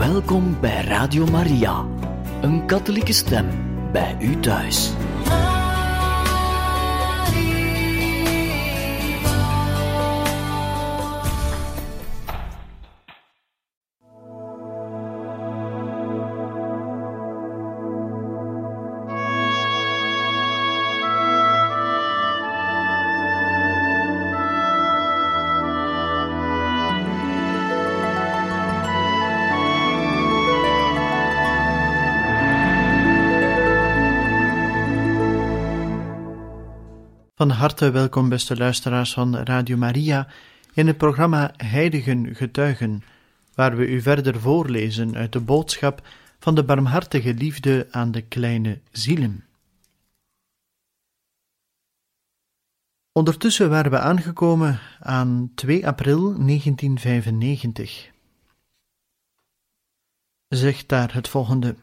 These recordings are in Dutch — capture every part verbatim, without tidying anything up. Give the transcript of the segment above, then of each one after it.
Welkom bij Radio Maria, een katholieke stem bij u thuis. Van harte welkom, beste luisteraars van Radio Maria, in het programma Heiligen Getuigen, waar we u verder voorlezen uit de boodschap van de barmhartige liefde aan de kleine zielen. Ondertussen waren we aangekomen aan twee april negentien vijfennegentig. Zegt daar het volgende: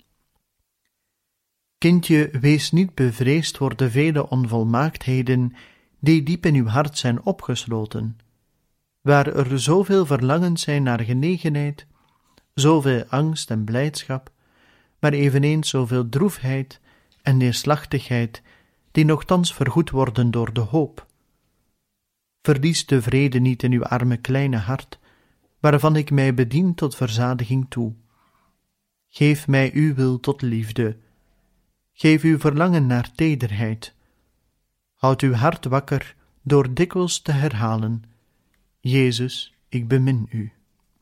Kindje, wees niet bevreesd voor de vele onvolmaaktheden die diep in uw hart zijn opgesloten, waar er zoveel verlangens zijn naar genegenheid, zoveel angst en blijdschap, maar eveneens zoveel droefheid en neerslachtigheid, die nochtans vergoed worden door de hoop. Verlies de vrede niet in uw arme kleine hart, waarvan ik mij bedien tot verzadiging toe. Geef mij uw wil tot liefde. Geef uw verlangen naar tederheid. Houd uw hart wakker door dikwijls te herhalen: Jezus, ik bemin u.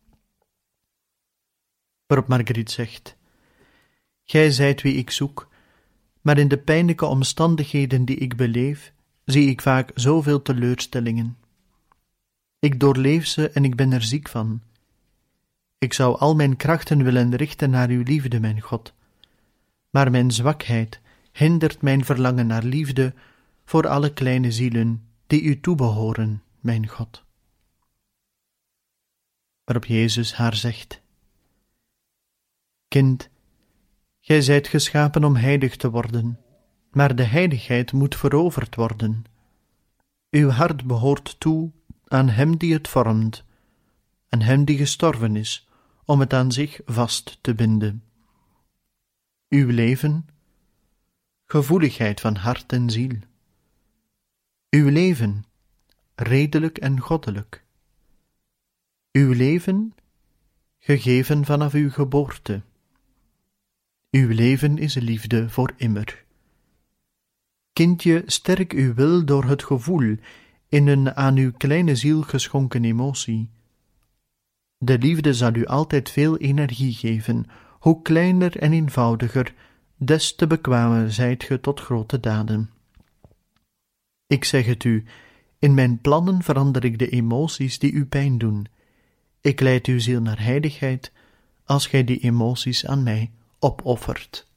Waarop Marguerite zegt: Gij zijt wie ik zoek, maar in de pijnlijke omstandigheden die ik beleef, zie ik vaak zoveel teleurstellingen. Ik doorleef ze en ik ben er ziek van. Ik zou al mijn krachten willen richten naar uw liefde, mijn God. Maar mijn zwakheid hindert mijn verlangen naar liefde voor alle kleine zielen die u toebehoren, mijn God. Waarop Jezus haar zegt: Kind, gij zijt geschapen om heilig te worden, maar de heiligheid moet veroverd worden. Uw hart behoort toe aan hem die het vormt, aan hem die gestorven is, om het aan zich vast te binden. Uw leven, gevoeligheid van hart en ziel. Uw leven, redelijk en goddelijk. Uw leven, gegeven vanaf uw geboorte. Uw leven is liefde voor immer. Kindje, sterk uw wil door het gevoel in een aan uw kleine ziel geschonken emotie. De liefde zal u altijd veel energie geven. Hoe kleiner en eenvoudiger, des te bekwamer zijt ge tot grote daden. Ik zeg het u, in mijn plannen verander ik de emoties die u pijn doen. Ik leid uw ziel naar heiligheid, als gij die emoties aan mij opoffert.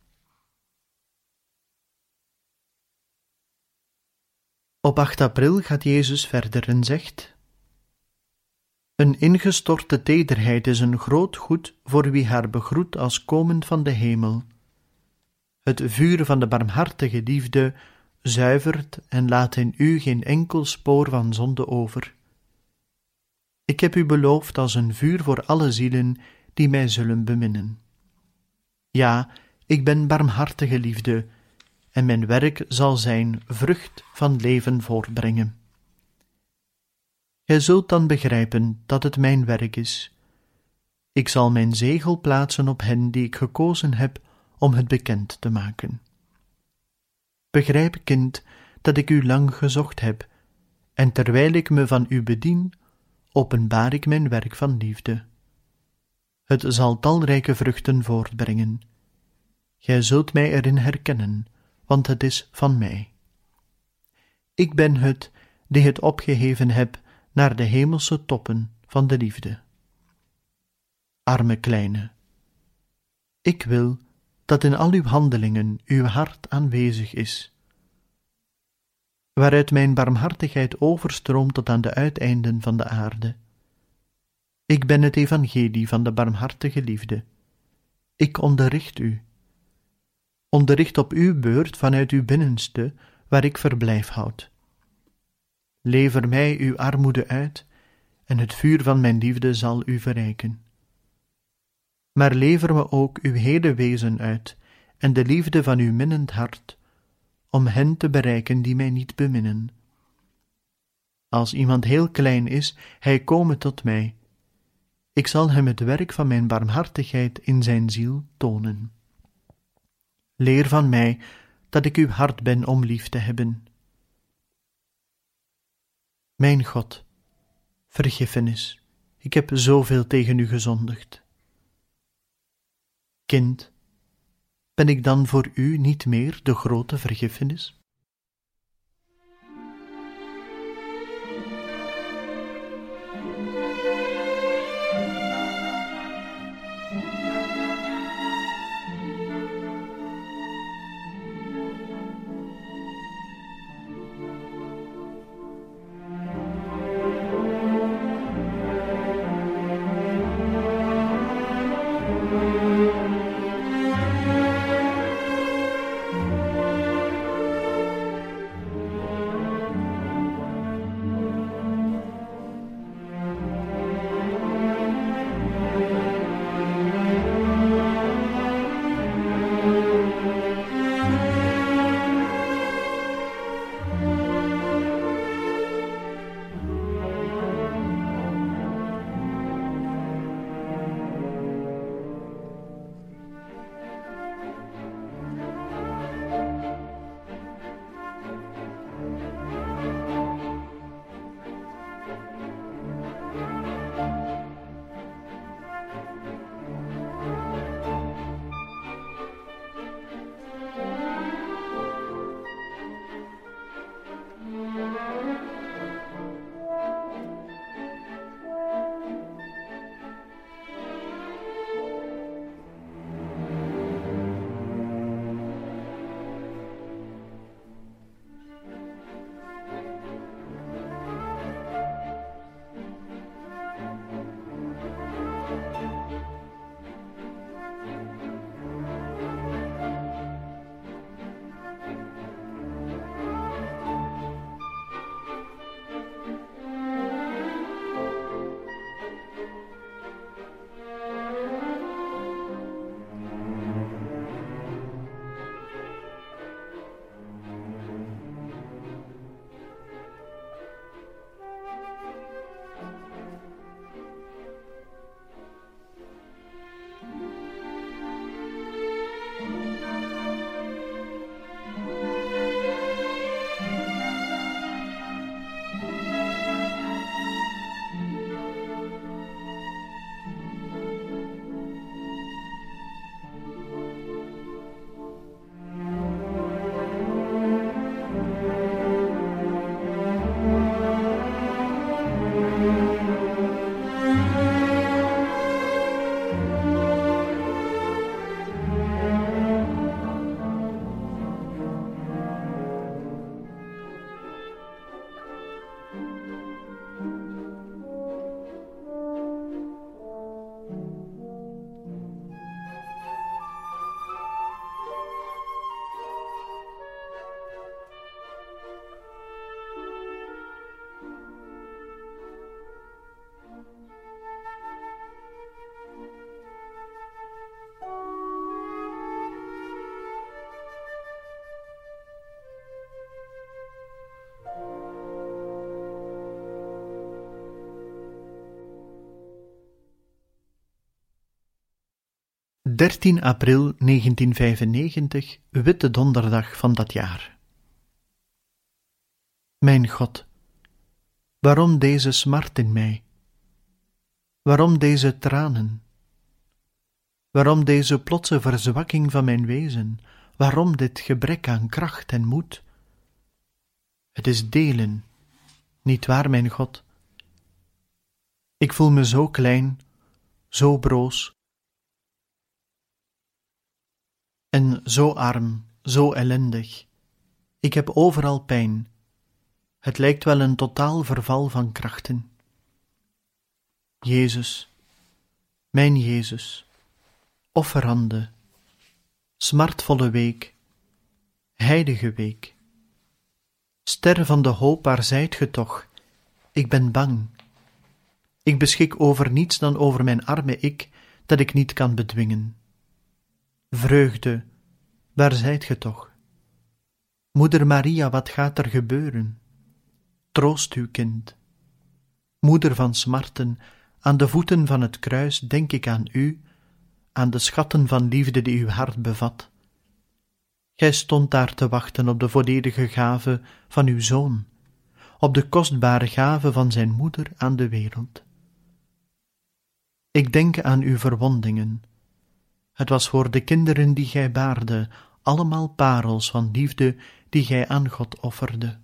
Op acht april gaat Jezus verder en zegt: Een ingestorte tederheid is een groot goed voor wie haar begroet als komend van de hemel. Het vuur van de barmhartige liefde zuivert en laat in u geen enkel spoor van zonde over. Ik heb u beloofd als een vuur voor alle zielen die mij zullen beminnen. Ja, ik ben barmhartige liefde, en mijn werk zal zijn vrucht van leven voortbrengen. Gij zult dan begrijpen dat het mijn werk is. Ik zal mijn zegel plaatsen op hen die ik gekozen heb om het bekend te maken. Begrijp, kind, dat ik u lang gezocht heb, en terwijl ik me van u bedien, openbaar ik mijn werk van liefde. Het zal talrijke vruchten voortbrengen. Gij zult mij erin herkennen, want het is van mij. Ik ben het die het opgeheven heb naar de hemelse toppen van de liefde. Arme kleine, ik wil dat in al uw handelingen uw hart aanwezig is, waaruit mijn barmhartigheid overstroomt tot aan de uiteinden van de aarde. Ik ben het evangelie van de barmhartige liefde. Ik onderricht u. Onderricht op uw beurt vanuit uw binnenste, waar ik verblijf houd. Lever mij uw armoede uit, en het vuur van mijn liefde zal u verrijken. maar lever me ook uw hele wezen uit en de liefde van uw minnend hart, om hen te bereiken die mij niet beminnen. Als iemand heel klein is, hij kome tot mij. Ik zal hem het werk van mijn barmhartigheid in zijn ziel tonen. Leer van mij dat ik uw hart ben om lief te hebben. Mijn God, vergiffenis, ik heb zoveel tegen u gezondigd. Kind, ben ik dan voor u niet meer de grote vergiffenis? dertien april negentienhonderdvijfennegentig, Witte Donderdag van dat jaar. Mijn God, waarom deze smart in mij? Waarom deze tranen? Waarom deze plotse verzwakking van mijn wezen? Waarom dit gebrek aan kracht en moed? Het is delen, niet waar, mijn God? Ik voel me zo klein, zo broos, en zo arm, zo ellendig. Ik heb overal pijn. Het lijkt wel een totaal verval van krachten. Jezus, mijn Jezus, offerande, smartvolle week, heilige week. Ster van de hoop, waar zijt ge toch? Ik ben bang. Ik beschik over niets dan over mijn arme ik, dat ik niet kan bedwingen. Vreugde, waar zijt ge toch? Moeder Maria, wat gaat er gebeuren? Troost uw kind. Moeder van smarten, aan de voeten van het kruis denk ik aan u, aan de schatten van liefde die uw hart bevat. Gij stond daar te wachten op de volledige gave van uw Zoon, op de kostbare gave van zijn moeder aan de wereld. Ik denk aan uw verwondingen. Het was voor de kinderen die gij baarde, allemaal parels van liefde die gij aan God offerde.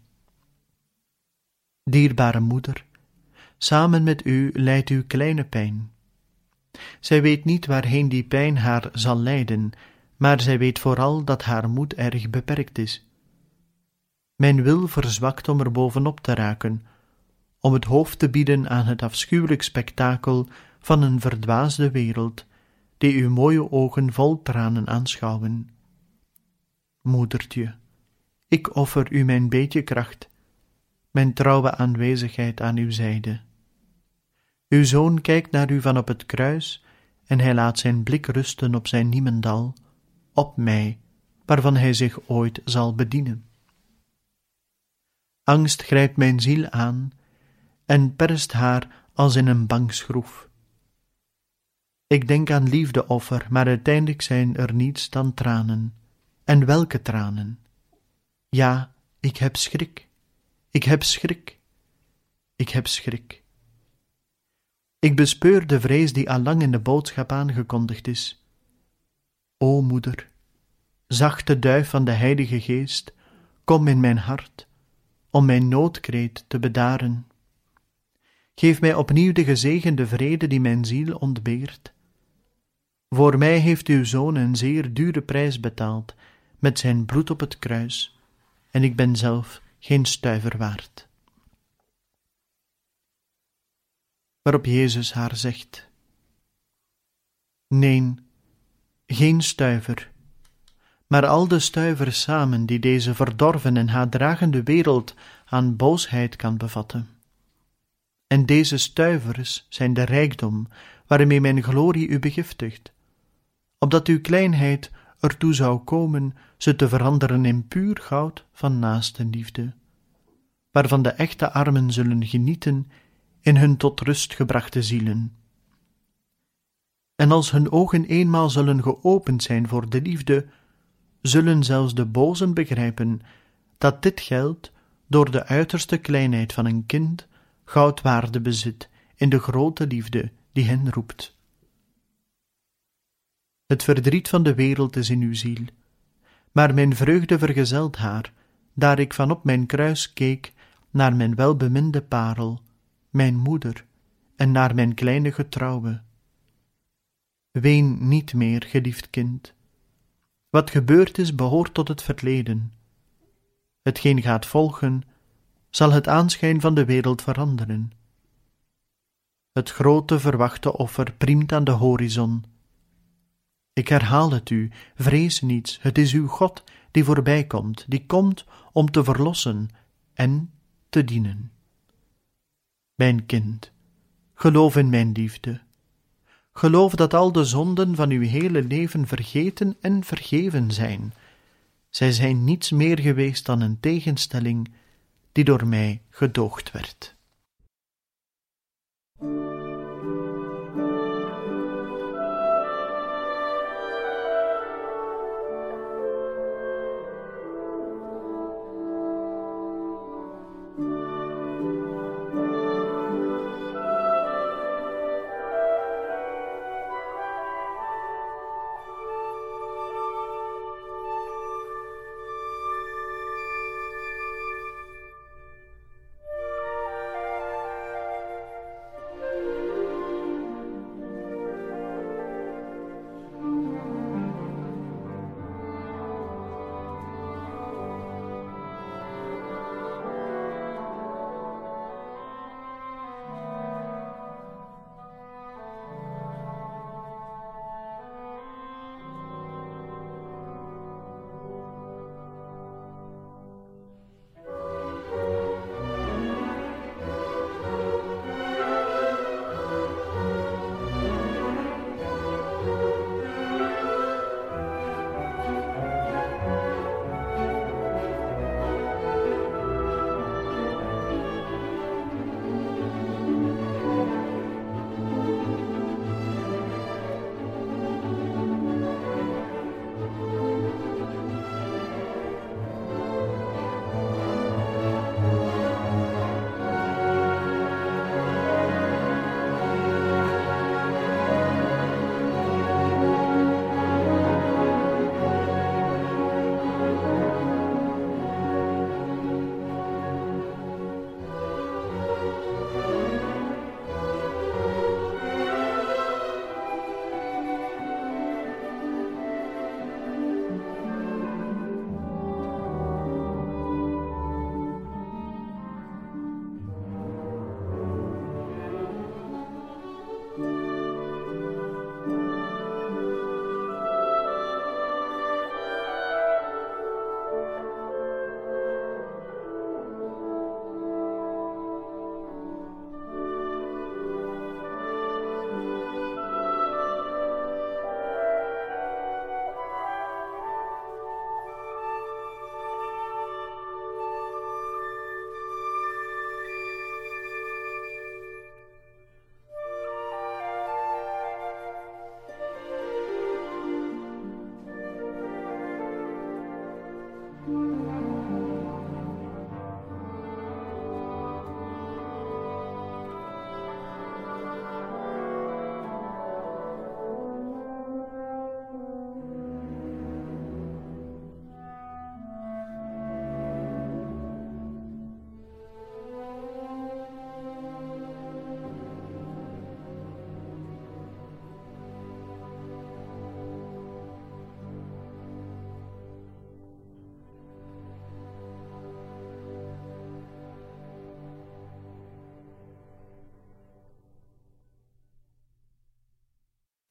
Dierbare moeder, samen met u lijdt uw kleine pijn. Zij weet niet waarheen die pijn haar zal leiden, maar zij weet vooral dat haar moed erg beperkt is. Mijn wil verzwakt om er bovenop te raken, om het hoofd te bieden aan het afschuwelijk spektakel van een verdwaasde wereld, die uw mooie ogen vol tranen aanschouwen. Moedertje, ik offer u mijn beetje kracht, mijn trouwe aanwezigheid aan uw zijde. Uw Zoon kijkt naar u van op het kruis en hij laat zijn blik rusten op zijn niemendal, op mij, waarvan hij zich ooit zal bedienen. Angst grijpt mijn ziel aan en perst haar als in een bankschroef. Ik denk aan liefdeoffer, maar uiteindelijk zijn er niets dan tranen. En welke tranen? Ja, ik heb schrik. Ik heb schrik. Ik heb schrik. Ik bespeur de vrees die allang in de boodschap aangekondigd is. O moeder, zachte duif van de Heilige Geest, kom in mijn hart, om mijn noodkreet te bedaren. Geef mij opnieuw de gezegende vrede die mijn ziel ontbeert. Voor mij heeft uw Zoon een zeer dure prijs betaald, met zijn bloed op het kruis, en ik ben zelf geen stuiver waard. Waarop Jezus haar zegt: Nee, geen stuiver, maar al de stuivers samen die deze verdorven en haatdragende wereld aan boosheid kan bevatten. En deze stuivers zijn de rijkdom waarmee mijn glorie u begiftigt, opdat uw kleinheid ertoe zou komen ze te veranderen in puur goud van naastenliefde, waarvan de echte armen zullen genieten in hun tot rust gebrachte zielen. En als hun ogen eenmaal zullen geopend zijn voor de liefde, zullen zelfs de bozen begrijpen dat dit geld door de uiterste kleinheid van een kind goudwaarde bezit in de grote liefde die hen roept. Het verdriet van de wereld is in uw ziel, maar mijn vreugde vergezelt haar, daar ik van op mijn kruis keek naar mijn welbeminde parel, mijn moeder, en naar mijn kleine getrouwe. Ween niet meer, geliefd kind. Wat gebeurd is, behoort tot het verleden. Hetgeen gaat volgen, zal het aanschijn van de wereld veranderen. Het grote verwachte offer priemt aan de horizon. Ik herhaal het u, vrees niets, het is uw God die voorbij komt, die komt om te verlossen en te dienen. Mijn kind, geloof in mijn liefde. Geloof dat al de zonden van uw hele leven vergeten en vergeven zijn. Zij zijn niets meer geweest dan een tegenstelling die door mij gedoogd werd.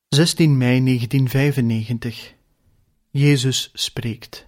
zestien mei negentienhonderdvijfennegentig. Jezus spreekt.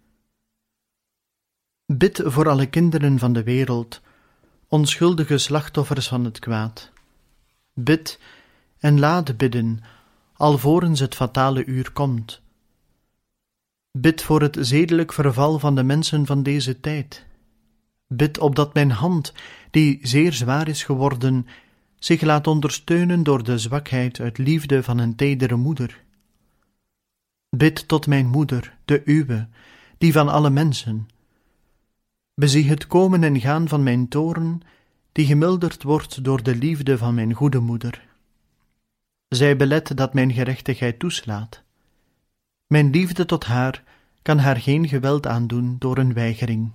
Bid voor alle kinderen van de wereld, onschuldige slachtoffers van het kwaad. Bid en laat bidden, alvorens het fatale uur komt. Bid voor het zedelijk verval van de mensen van deze tijd. Bid opdat mijn hand, die zeer zwaar is geworden, zich laat ondersteunen door de zwakheid uit liefde van een tedere moeder. Bid tot mijn moeder, de uwe, die van alle mensen. Bezie het komen en gaan van mijn toorn, die gemilderd wordt door de liefde van mijn goede moeder. Zij belet dat mijn gerechtigheid toeslaat. Mijn liefde tot haar kan haar geen geweld aandoen door een weigering.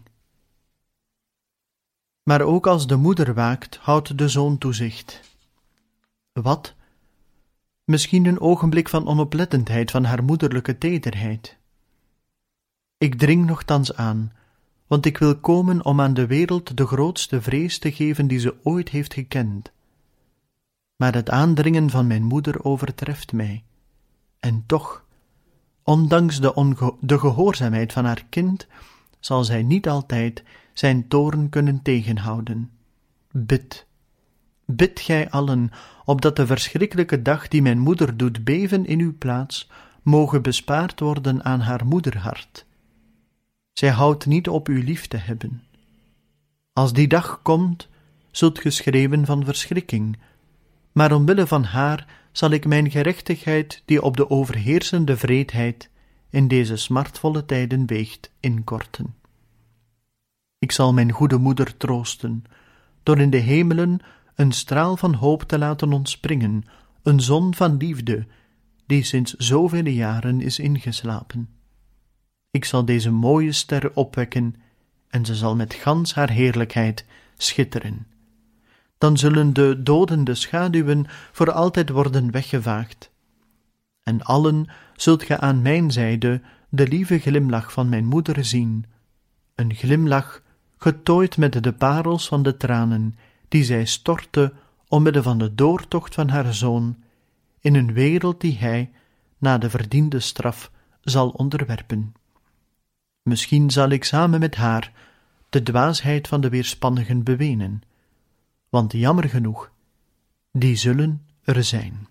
Maar ook als de moeder waakt, houdt de zoon toezicht. Wat? Misschien een ogenblik van onoplettendheid van haar moederlijke tederheid. Ik dring nochtans aan, want ik wil komen om aan de wereld de grootste vrees te geven die ze ooit heeft gekend. Maar het aandringen van mijn moeder overtreft mij. En toch, ondanks de, onge- de gehoorzaamheid van haar kind, zal zij niet altijd zijn toorn kunnen tegenhouden. Bid, bid gij allen, opdat de verschrikkelijke dag die mijn moeder doet beven in uw plaats, moge bespaard worden aan haar moederhart. Zij houdt niet op u lief te hebben. Als die dag komt, zult ge schreeuwen van verschrikking, maar omwille van haar zal ik mijn gerechtigheid, die op de overheersende wreedheid in deze smartvolle tijden weegt, inkorten. Ik zal mijn goede moeder troosten, door in de hemelen een straal van hoop te laten ontspringen, een zon van liefde, die sinds zoveel jaren is ingeslapen. Ik zal deze mooie ster opwekken, en ze zal met gans haar heerlijkheid schitteren. Dan zullen de dodende schaduwen voor altijd worden weggevaagd. En allen zult ge aan mijn zijde de lieve glimlach van mijn moeder zien, een glimlach getooid met de parels van de tranen die zij stortte omwille van de doortocht van haar zoon in een wereld die hij, na de verdiende straf, zal onderwerpen. Misschien zal ik samen met haar de dwaasheid van de weerspannigen bewenen, want jammer genoeg, die zullen er zijn.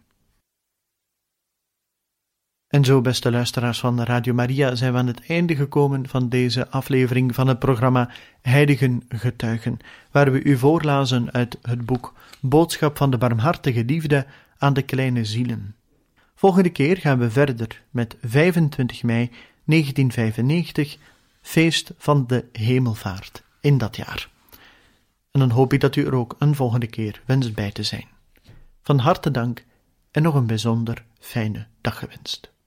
En zo, beste luisteraars van Radio Maria, zijn we aan het einde gekomen van deze aflevering van het programma Heiligen Getuigen, waar we u voorlazen uit het boek Boodschap van de barmhartige liefde aan de kleine zielen. Volgende keer gaan we verder met vijfentwintig mei negentienhonderdvijfennegentig, feest van de hemelvaart in dat jaar. En dan hoop ik dat u er ook een volgende keer wenst bij te zijn. Van harte dank en nog een bijzonder fijne dag gewenst.